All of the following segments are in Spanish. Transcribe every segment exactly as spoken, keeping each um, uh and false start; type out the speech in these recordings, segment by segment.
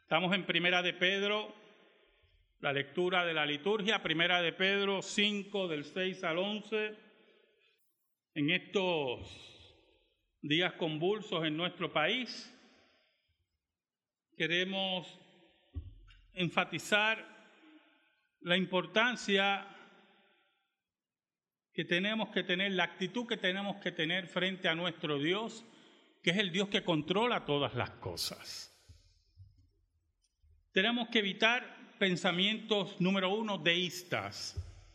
Estamos en Primera de Pedro, la lectura de la liturgia, Primera de Pedro cinco, del seis al once. En estos días convulsos en nuestro país, queremos enfatizar la importancia que tenemos que tener, la actitud que tenemos que tener frente a nuestro Dios, que es el Dios que controla todas las cosas. Tenemos que evitar pensamientos, número uno, deístas.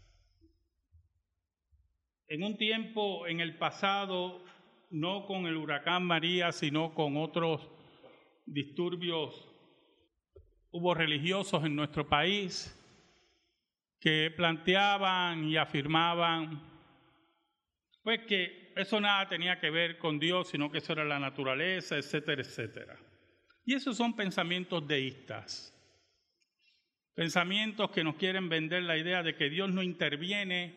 En un tiempo, en el pasado, no con el huracán María, sino con otros disturbios, hubo religiosos en nuestro país que planteaban y afirmaban pues que eso nada tenía que ver con Dios, sino que eso era la naturaleza, etcétera, etcétera. Y esos son pensamientos deístas. Pensamientos que nos quieren vender la idea de que Dios no interviene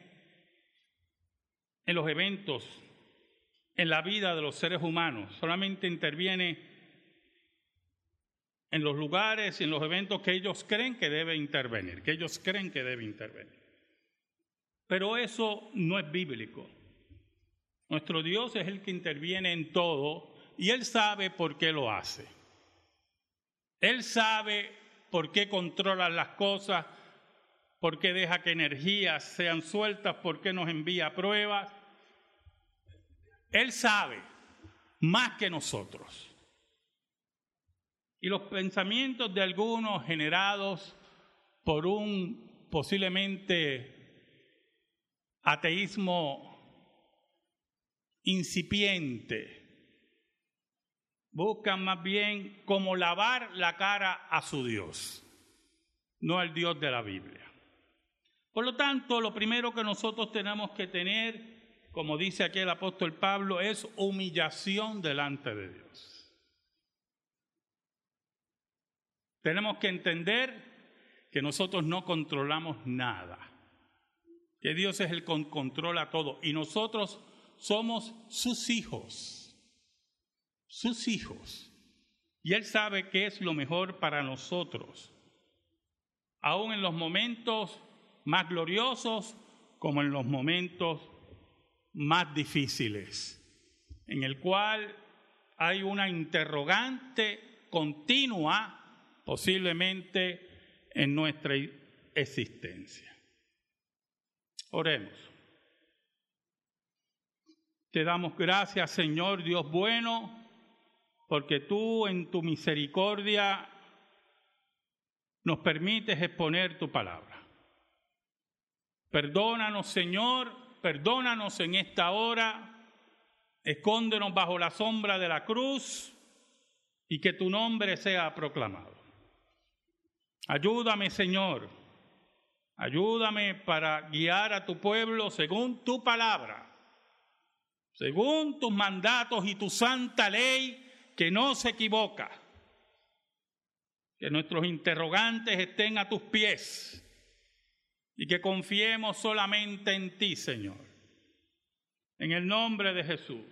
en los eventos, en la vida de los seres humanos, solamente interviene en los lugares y en los eventos que ellos creen que debe intervenir, que ellos creen que debe intervenir. Pero eso no es bíblico. Nuestro Dios es el que interviene en todo y Él sabe por qué lo hace. Él sabe por qué controla las cosas, por qué deja que energías sean sueltas, por qué nos envía pruebas. Él sabe más que nosotros. Y los pensamientos de algunos generados por un posiblemente ateísmo incipiente buscan más bien cómo lavar la cara a su Dios, no al Dios de la Biblia. Por lo tanto, lo primero que nosotros tenemos que tener, como dice aquí el apóstol Pablo, es humillación delante de Dios. Tenemos que entender que nosotros no controlamos nada, que Dios es el que controla todo y nosotros somos sus hijos. Sus hijos, y Él sabe qué es lo mejor para nosotros, aún en los momentos más gloriosos como en los momentos más difíciles, en el cual hay una interrogante continua, posiblemente en nuestra existencia. Oremos. Te damos gracias, Señor Dios bueno, porque tú en tu misericordia nos permites exponer tu palabra. Perdónanos, Señor, perdónanos en esta hora, escóndenos bajo la sombra de la cruz y que tu nombre sea proclamado. Ayúdame, Señor, ayúdame para guiar a tu pueblo según tu palabra, según tus mandatos y tu santa ley, que no se equivoca, que nuestros interrogantes estén a tus pies y que confiemos solamente en ti, Señor. En el nombre de Jesús.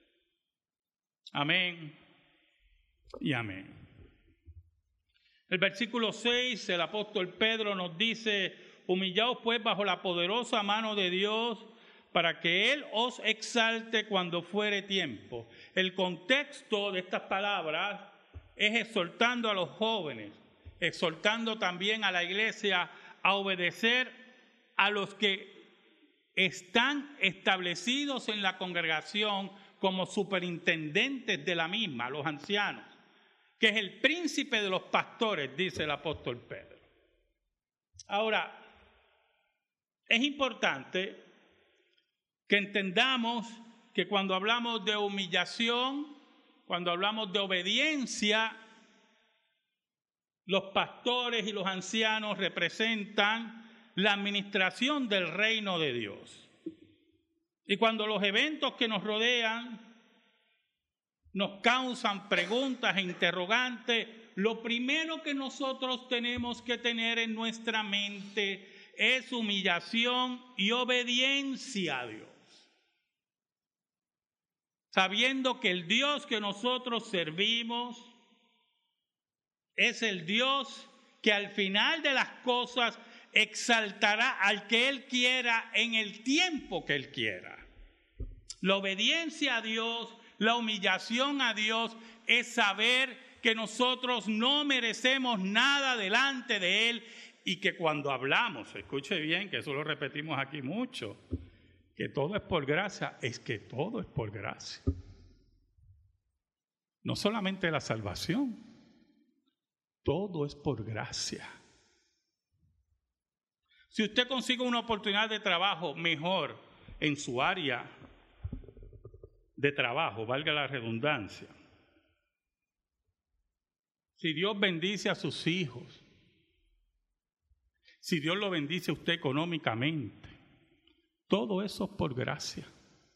Amén y amén. El versículo seis, el apóstol Pedro nos dice: humillaos pues bajo la poderosa mano de Dios, para que Él os exalte cuando fuere tiempo. El contexto de estas palabras es exhortando a los jóvenes, exhortando también a la iglesia a obedecer a los que están establecidos en la congregación como superintendentes de la misma, los ancianos, que es el príncipe de los pastores, dice el apóstol Pedro. Ahora, es importante que entendamos que cuando hablamos de humillación, cuando hablamos de obediencia, los pastores y los ancianos representan la administración del reino de Dios. Y cuando los eventos que nos rodean nos causan preguntas e interrogantes, lo primero que nosotros tenemos que tener en nuestra mente es humillación y obediencia a Dios. Sabiendo que el Dios que nosotros servimos es el Dios que al final de las cosas exaltará al que Él quiera en el tiempo que Él quiera. La obediencia a Dios, la humillación a Dios es saber que nosotros no merecemos nada delante de Él y que cuando hablamos, escuche bien, que eso lo repetimos aquí mucho, que todo es por gracia, es que todo es por gracia. No solamente la salvación, todo es por gracia. Si usted consigue una oportunidad de trabajo mejor en su área de trabajo, valga la redundancia, si Dios bendice a sus hijos, si Dios lo bendice a usted económicamente, todo eso es por gracia.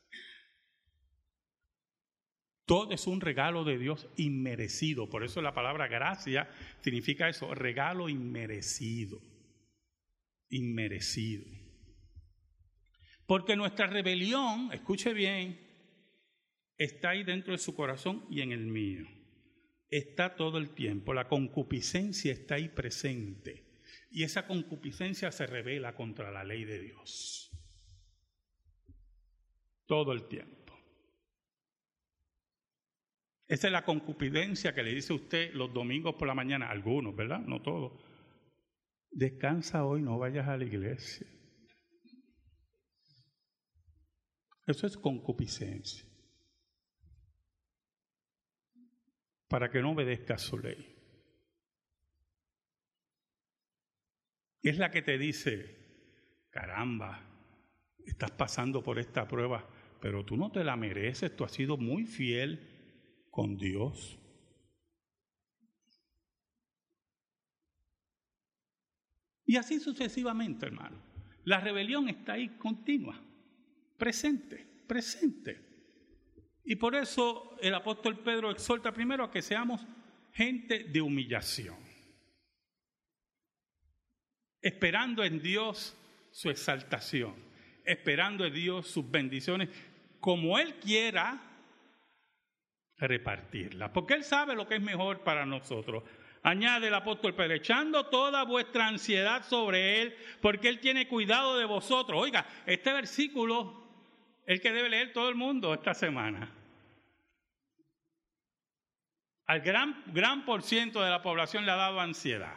Todo es un regalo de Dios inmerecido. Por eso la palabra gracia significa eso, regalo inmerecido. Inmerecido. Porque nuestra rebelión, escuche bien, está ahí dentro de su corazón y en el mío. Está todo el tiempo. La concupiscencia está ahí presente. Y esa concupiscencia se revela contra la ley de Dios. Todo el tiempo. Esa es la concupiscencia que le dice usted los domingos por la mañana, algunos, ¿verdad? No todos. Descansa hoy, no vayas a la iglesia. Eso es concupiscencia. Para que no obedezca a su ley. Es la que te dice, caramba, estás pasando por esta prueba, pero tú no te la mereces, tú has sido muy fiel con Dios. Y así sucesivamente, hermano. La rebelión está ahí continua, presente, presente. Y por eso el apóstol Pedro exhorta primero a que seamos gente de humillación, esperando en Dios su exaltación, esperando en Dios sus bendiciones, como Él quiera repartirlas, porque Él sabe lo que es mejor para nosotros. Añade el apóstol Pedro, echando toda vuestra ansiedad sobre Él, porque Él tiene cuidado de vosotros. Oiga, este versículo es el que debe leer todo el mundo esta semana. Al gran, gran por ciento de la población le ha dado ansiedad.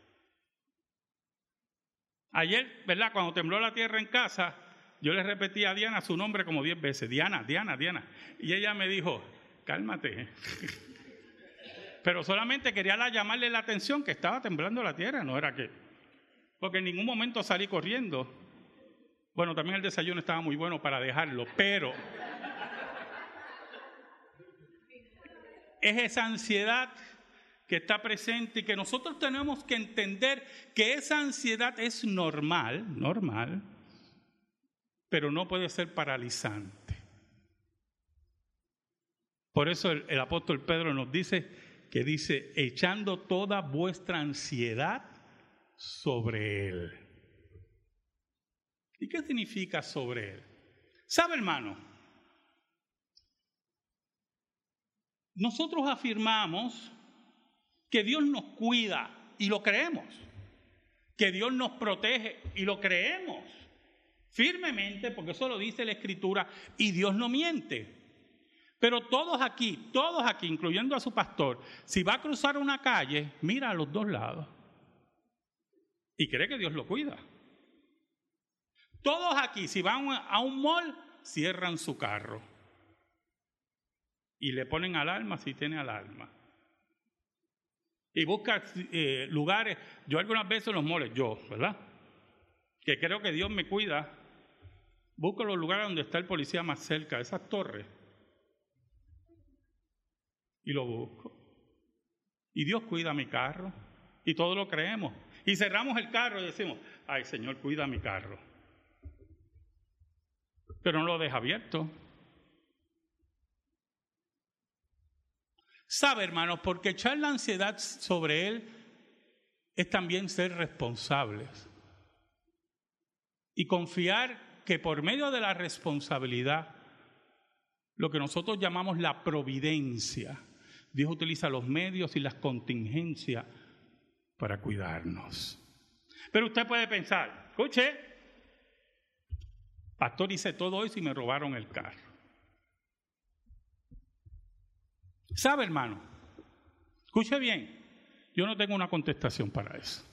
Ayer, ¿verdad? Cuando tembló la tierra en casa, yo le repetí a Diana su nombre como diez veces. Diana, Diana, Diana. Y ella me dijo, cálmate. Pero solamente quería llamarle la atención que estaba temblando la tierra, no era que... Porque en ningún momento salí corriendo. Bueno, también el desayuno estaba muy bueno para dejarlo, pero... Es esa ansiedad que está presente y que nosotros tenemos que entender que esa ansiedad es normal, normal, pero no puede ser paralizante. Por eso el, el apóstol Pedro nos dice que dice, echando toda vuestra ansiedad sobre Él. ¿Y qué significa sobre Él? ¿Sabe, hermano? Nosotros afirmamos que Dios nos cuida y lo creemos, que Dios nos protege y lo creemos firmemente, porque eso lo dice la Escritura y Dios no miente. Pero todos aquí, todos aquí, incluyendo a su pastor, si va a cruzar una calle, mira a los dos lados y cree que Dios lo cuida. Todos aquí, si van a un mall, cierran su carro y le ponen alarma si tiene alarma. Y busca eh, lugares, yo algunas veces en los malls, yo, ¿verdad? Que creo que Dios me cuida, busco los lugares donde está el policía más cerca, esas torres, y lo busco. Y Dios cuida mi carro, y todos lo creemos. Y cerramos el carro y decimos, ay Señor, cuida mi carro. Pero no lo deja abierto. Sabe, hermanos, porque echar la ansiedad sobre Él es también ser responsables y confiar que por medio de la responsabilidad, lo que nosotros llamamos la providencia, Dios utiliza los medios y las contingencias para cuidarnos. Pero usted puede pensar, escuche, pastor, hice todo eso y me robaron el carro. ¿Sabe, hermano? Escuche bien, yo no tengo una contestación para eso.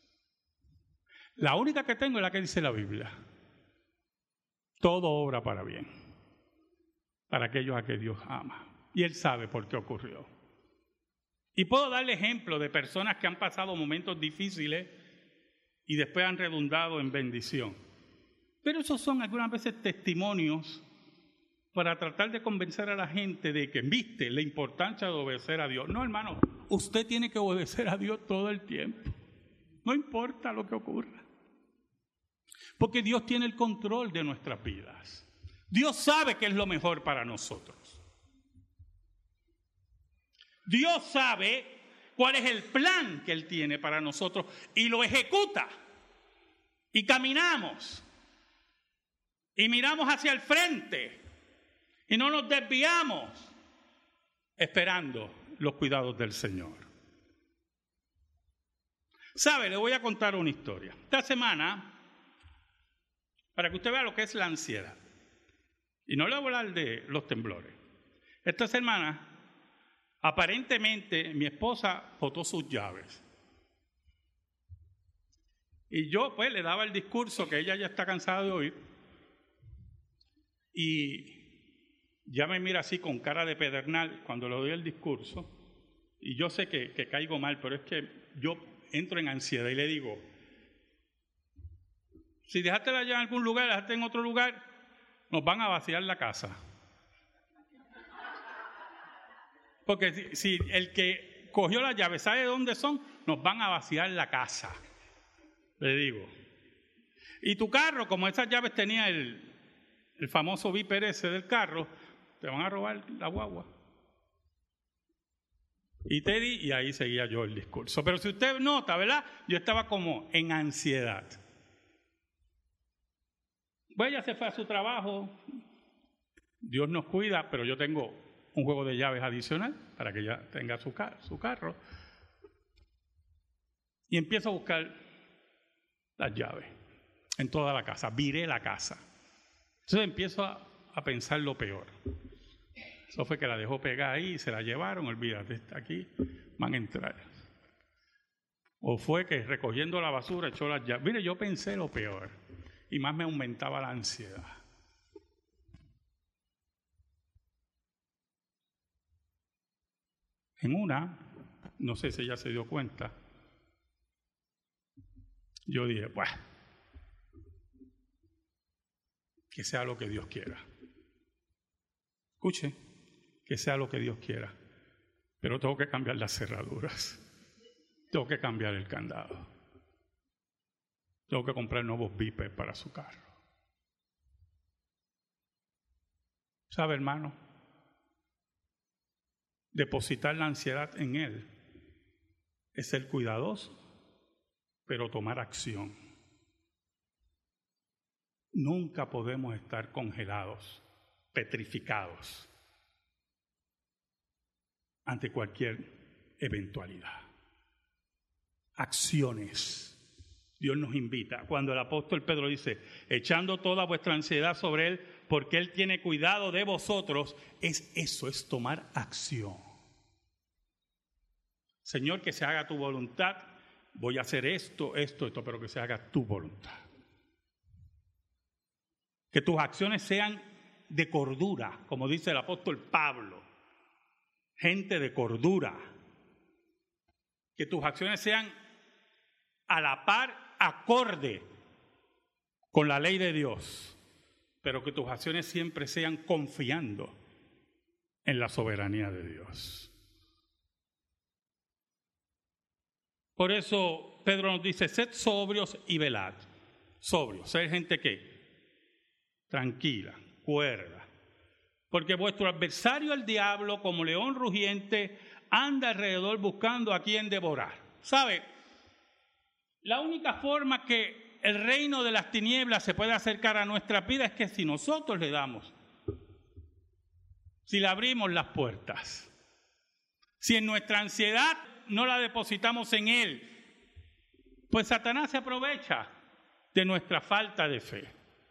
La única que tengo es la que dice la Biblia. Todo obra para bien, para aquellos a que Dios ama. Y Él sabe por qué ocurrió. Y puedo darle ejemplo de personas que han pasado momentos difíciles y después han redundado en bendición. Pero esos son algunas veces testimonios para tratar de convencer a la gente de que, viste, la importancia de obedecer a Dios. No, hermano, usted tiene que obedecer a Dios todo el tiempo. No importa lo que ocurra. Porque Dios tiene el control de nuestras vidas. Dios sabe qué es lo mejor para nosotros. Dios sabe cuál es el plan que Él tiene para nosotros y lo ejecuta. Y caminamos. Y miramos hacia el frente. Y no nos desviamos esperando los cuidados del Señor. ¿Sabe? Le voy a contar una historia. Esta semana, para que usted vea lo que es la ansiedad. Y no le voy a hablar de los temblores. Esta semana, aparentemente, mi esposa botó sus llaves. Y yo, pues, le daba el discurso que ella ya está cansada de oír. Y ya me mira así con cara de pedernal cuando le doy el discurso. Y yo sé que, que caigo mal, pero es que yo entro en ansiedad y le digo, si dejaste la llave en algún lugar, la dejaste en otro lugar, nos van a vaciar la casa. Porque si, si el que cogió la llave sabe de dónde son, nos van a vaciar la casa. Le digo. Y tu carro, como esas llaves tenía el, el famoso viper ese del carro, te van a robar la guagua. Y te di, y ahí seguía yo el discurso. Pero si usted nota, ¿verdad? Yo estaba como en ansiedad. Pues ella se fue a su trabajo. Dios nos cuida, pero yo tengo un juego de llaves adicional para que ella tenga su, car- su carro. Y empiezo a buscar las llaves en toda la casa. Viré la casa. Entonces empiezo a, a pensar lo peor. Eso fue que la dejó pegada ahí y se la llevaron. Olvídate, aquí van a entrar. O fue que recogiendo la basura echó las llaves. Mire, yo pensé lo peor. Y más me aumentaba la ansiedad. En una, no sé si ella se dio cuenta, yo dije, bueno, que sea lo que Dios quiera. Escuche, que sea lo que Dios quiera. Pero tengo que cambiar las cerraduras. Tengo que cambiar el candado. Tengo que comprar nuevos vipers para su carro. ¿Sabe, hermano? Depositar la ansiedad en Él es ser cuidadoso, pero tomar acción. Nunca podemos estar congelados, petrificados ante cualquier eventualidad. Acciones. Dios nos invita. Cuando el apóstol Pedro dice, echando toda vuestra ansiedad sobre Él, porque Él tiene cuidado de vosotros, es eso, es tomar acción. Señor, que se haga tu voluntad, voy a hacer esto, esto, esto, pero que se haga tu voluntad. Que tus acciones sean de cordura, como dice el apóstol Pablo, gente de cordura. Que tus acciones sean a la par, acorde con la ley de Dios, pero que tus acciones siempre sean confiando en la soberanía de Dios. Por eso Pedro nos dice, sed sobrios y velad. Sobrios, ser gente que tranquila, cuerda. Porque vuestro adversario el diablo, como león rugiente, anda alrededor buscando a quien devorar. ¿Sabe? La única forma que el reino de las tinieblas se puede acercar a nuestra vida es que si nosotros le damos, si le abrimos las puertas, si en nuestra ansiedad no la depositamos en Él, pues Satanás se aprovecha de nuestra falta de fe.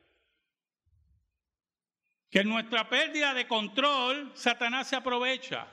Que en nuestra pérdida de control, Satanás se aprovecha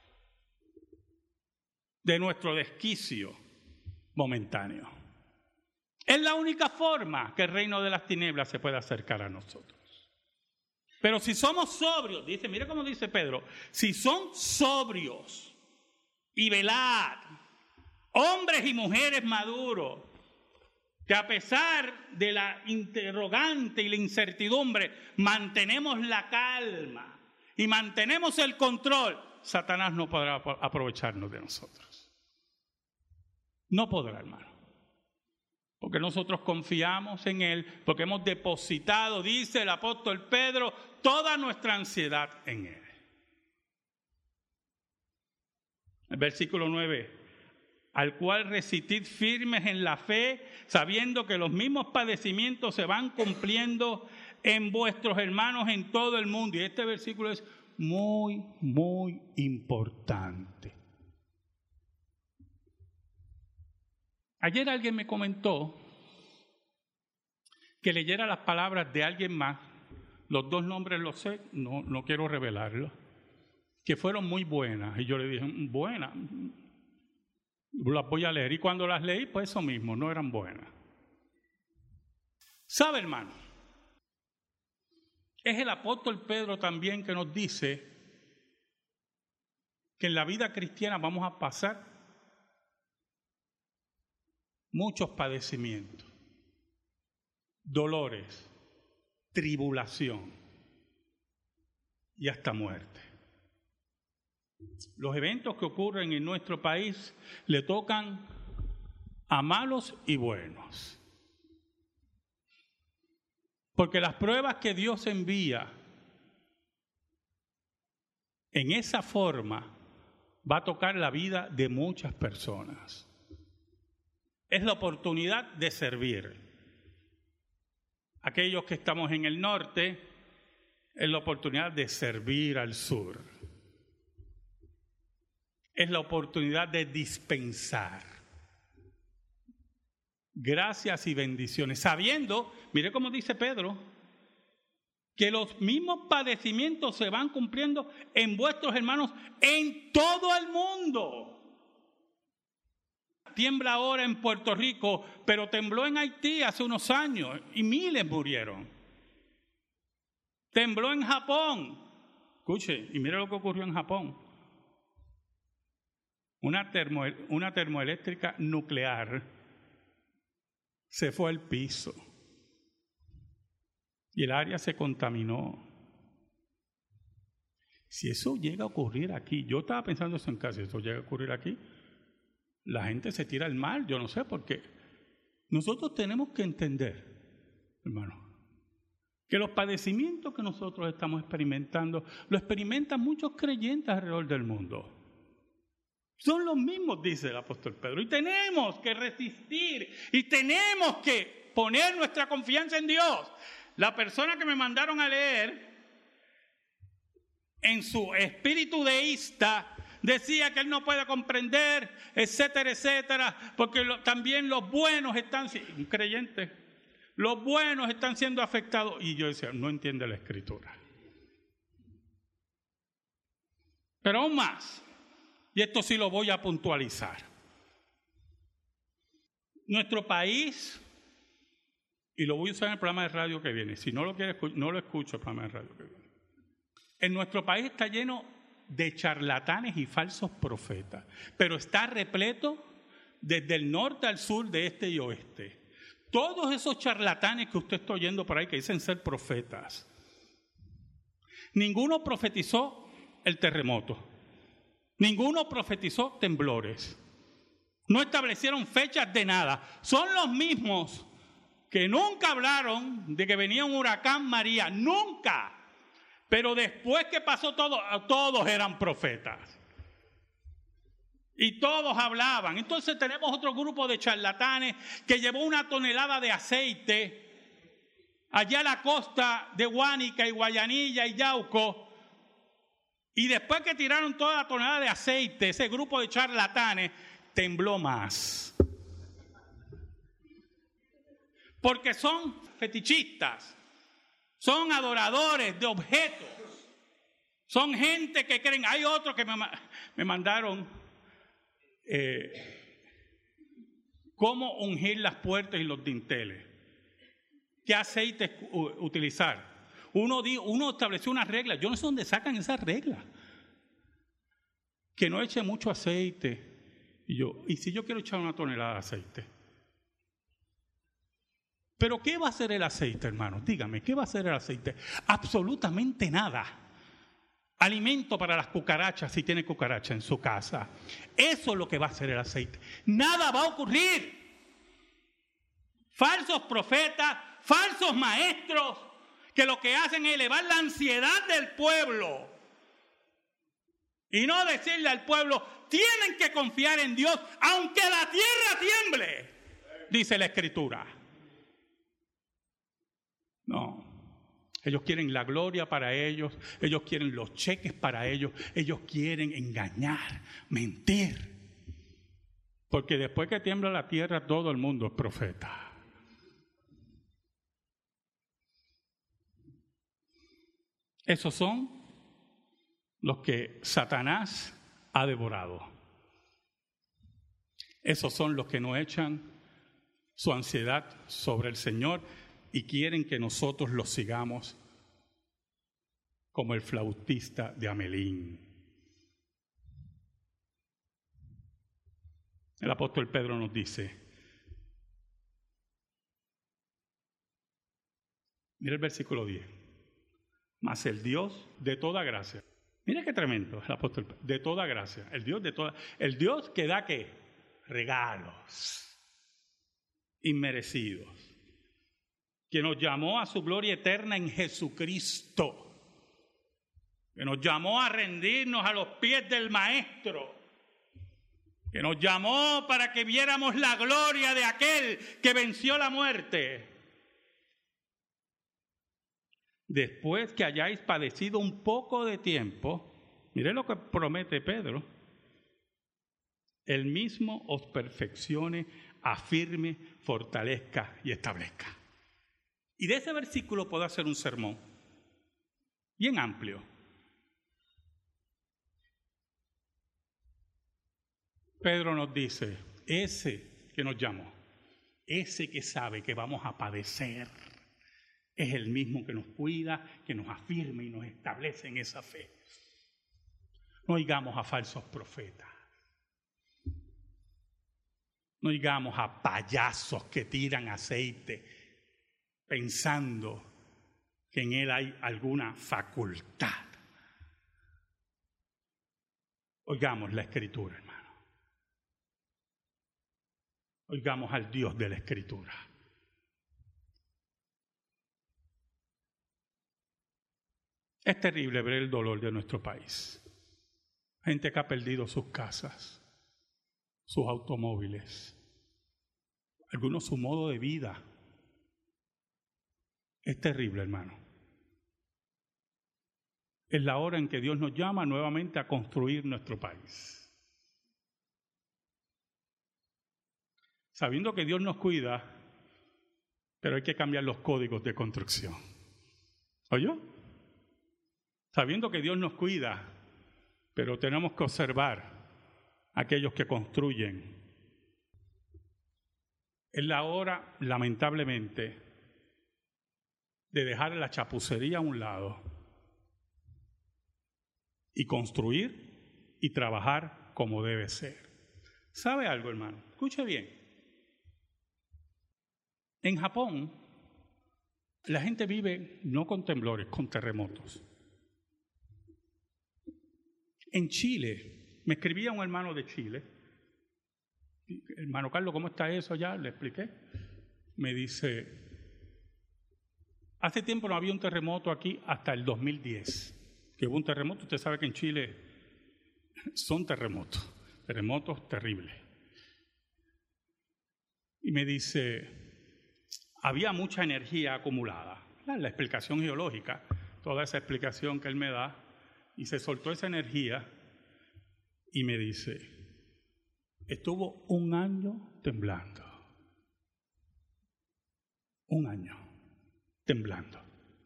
de nuestro desquicio momentáneo. Es la única forma que el reino de las tinieblas se puede acercar a nosotros. Pero si somos sobrios, dice, mire cómo dice Pedro, si son sobrios y velad, hombres y mujeres maduros, que a pesar de la interrogante y la incertidumbre, mantenemos la calma y mantenemos el control, Satanás no podrá aprovecharnos de nosotros. No podrá, hermano. Porque nosotros confiamos en Él, porque hemos depositado, dice el apóstol Pedro, toda nuestra ansiedad en Él. El versículo nueve, al cual resistid firmes en la fe, sabiendo que los mismos padecimientos se van cumpliendo en vuestros hermanos en todo el mundo. Y este versículo es muy, muy importante. Ayer alguien me comentó que leyera las palabras de alguien más, los dos nombres los sé, no, no quiero revelarlos, que fueron muy buenas. Y yo le dije, buenas, las voy a leer. Y cuando las leí, pues eso mismo, no eran buenas. ¿Sabe, hermano? Es el apóstol Pedro también que nos dice que en la vida cristiana vamos a pasar muchos padecimientos, dolores, tribulación y hasta muerte. Los eventos que ocurren en nuestro país le tocan a malos y buenos. Porque las pruebas que Dios envía en esa forma va a tocar la vida de muchas personas. Es la oportunidad de servir. Aquellos que estamos en el norte, es la oportunidad de servir al sur. Es la oportunidad de dispensar gracias y bendiciones, sabiendo, mire cómo dice Pedro, que los mismos padecimientos se van cumpliendo en vuestros hermanos en todo el mundo. Tiembla ahora en Puerto Rico, pero tembló en Haití hace unos años y miles murieron. Tembló en Japón. Escuche, y mire lo que ocurrió en Japón. Una, termo, una termoeléctrica nuclear se fue al piso y el área se contaminó. Si eso llega a ocurrir aquí, yo estaba pensando eso en casa, si eso llega a ocurrir aquí, la gente se tira al mar, yo no sé por qué. Nosotros tenemos que entender, hermano, que los padecimientos que nosotros estamos experimentando, lo experimentan muchos creyentes alrededor del mundo. Son los mismos, dice el apóstol Pedro, y tenemos que resistir, y tenemos que poner nuestra confianza en Dios. La persona que me mandaron a leer, en su espíritu deísta, decía que él no puede comprender, etcétera, etcétera, porque lo, también los buenos están, un creyente, los buenos están siendo afectados. Y yo decía, no entiende la Escritura. Pero aún más, y esto sí lo voy a puntualizar. Nuestro país, y lo voy a usar en el programa de radio que viene, si no lo quiere, no lo escucho el programa de radio que viene. En nuestro país está lleno de charlatanes y falsos profetas, pero está repleto desde el norte al sur, de este y oeste. Todos esos charlatanes que usted está oyendo por ahí que dicen ser profetas, ninguno profetizó el terremoto, ninguno profetizó temblores, no establecieron fechas de nada. Son los mismos que nunca hablaron de que venía un huracán María, nunca. Pero después que pasó todo, todos eran profetas. Y todos hablaban. Entonces tenemos otro grupo de charlatanes que llevó una tonelada de aceite allá a la costa de Guánica y Guayanilla y Yauco. Y después que tiraron toda la tonelada de aceite, ese grupo de charlatanes tembló más. Porque son fetichistas, son adoradores de objetos, son gente que creen. Hay otros que me, me mandaron eh, cómo ungir las puertas y los dinteles, qué aceite utilizar. Uno, uno estableció unas reglas, yo no sé dónde sacan esas reglas, que no eche mucho aceite. Y yo, ¿y si yo quiero echar una tonelada de aceite? ¿Pero qué va a hacer el aceite, hermanos? Dígame, ¿qué va a hacer el aceite? Absolutamente nada. Alimento para las cucarachas, si tiene cucaracha en su casa. Eso es lo que va a hacer el aceite. Nada va a ocurrir. Falsos profetas, falsos maestros, que lo que hacen es elevar la ansiedad del pueblo. Y no decirle al pueblo, tienen que confiar en Dios, aunque la tierra tiemble, dice la Escritura. No, ellos quieren la gloria para ellos, ellos quieren los cheques para ellos, ellos quieren engañar, mentir. Porque después que tiembla la tierra, todo el mundo es profeta. Esos son los que Satanás ha devorado. Esos son los que no echan su ansiedad sobre el Señor y quieren que nosotros los sigamos como el flautista de Amelín. El apóstol Pedro nos dice, mira el versículo diez, mas el Dios de toda gracia, mira qué tremendo el apóstol Pedro, de toda gracia, el Dios de toda, el Dios que da ¿qué? Regalos inmerecidos, que nos llamó a su gloria eterna en Jesucristo, que nos llamó a rendirnos a los pies del Maestro, que nos llamó para que viéramos la gloria de aquel que venció la muerte. Después que hayáis padecido un poco de tiempo, mire lo que promete Pedro, Él mismo os perfeccione, afirme, fortalezca y establezca. Y de ese versículo puedo hacer un sermón bien amplio. Pedro nos dice, ese que nos llamó, ese que sabe que vamos a padecer, es el mismo que nos cuida, que nos afirma y nos establece en esa fe. No oigamos a falsos profetas. No oigamos a payasos que tiran aceite pensando que en él hay alguna facultad. Oigamos la Escritura, hermano. Oigamos al Dios de la Escritura. Es terrible ver el dolor de nuestro país. Gente que ha perdido sus casas, sus automóviles, algunos su modo de vida. Es terrible, hermano. Es la hora en que Dios nos llama nuevamente a construir nuestro país. Sabiendo que Dios nos cuida, pero hay que cambiar los códigos de construcción. ¿Oyó? Sabiendo que Dios nos cuida, pero tenemos que observar a aquellos que construyen. Es la hora, lamentablemente, de dejar la chapucería a un lado y construir y trabajar como debe ser. ¿Sabe algo, hermano? Escuche bien. En Japón, la gente vive no con temblores, con terremotos. En Chile, me escribía un hermano de Chile, hermano Carlos, ¿cómo está eso ya? Le expliqué. Me dice, hace tiempo no había un terremoto aquí hasta el dos mil diez, que hubo un terremoto. Usted sabe que en Chile son terremotos, terremotos terribles. Y me dice, había mucha energía acumulada. La explicación geológica, toda esa explicación que él me da, y se soltó esa energía y me dice, estuvo un año temblando. Un año temblando.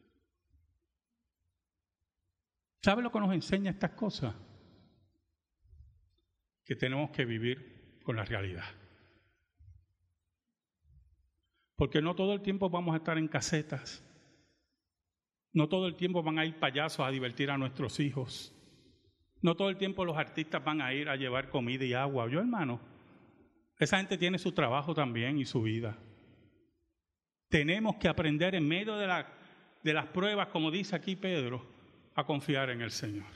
¿Sabe lo que nos enseña estas cosas? Que tenemos que vivir con la realidad. Porque no todo el tiempo vamos a estar en casetas. No todo el tiempo van a ir payasos a divertir a nuestros hijos. No todo el tiempo los artistas van a ir a llevar comida y agua. Yo, hermano, esa gente tiene su trabajo también y su vida. Tenemos que aprender en medio de, la, de las pruebas, como dice aquí Pedro, a confiar en el Señor.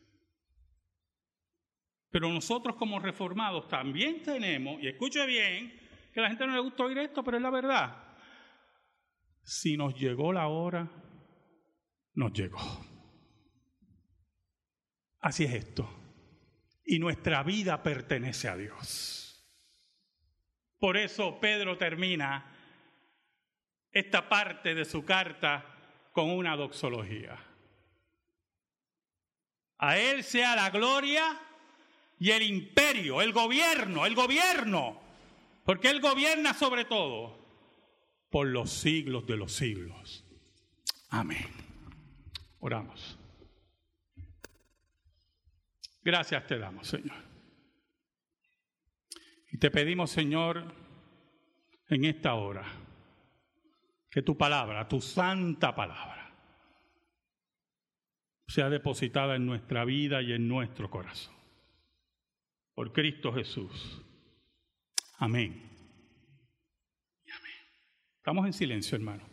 Pero nosotros como reformados también tenemos, y escuche bien, que a la gente no le gusta oír esto, pero es la verdad. Si nos llegó la hora, nos llegó. Así es esto. Y nuestra vida pertenece a Dios. Por eso Pedro termina esta parte de su carta con una doxología. A Él sea la gloria y el imperio, el gobierno, el gobierno, porque Él gobierna sobre todo, por los siglos de los siglos. Amén. Oramos. Gracias te damos, Señor. Y te pedimos, Señor, en esta hora, que tu palabra, tu santa palabra, sea depositada en nuestra vida y en nuestro corazón. Por Cristo Jesús. Amén. Y amén. Estamos en silencio, hermano.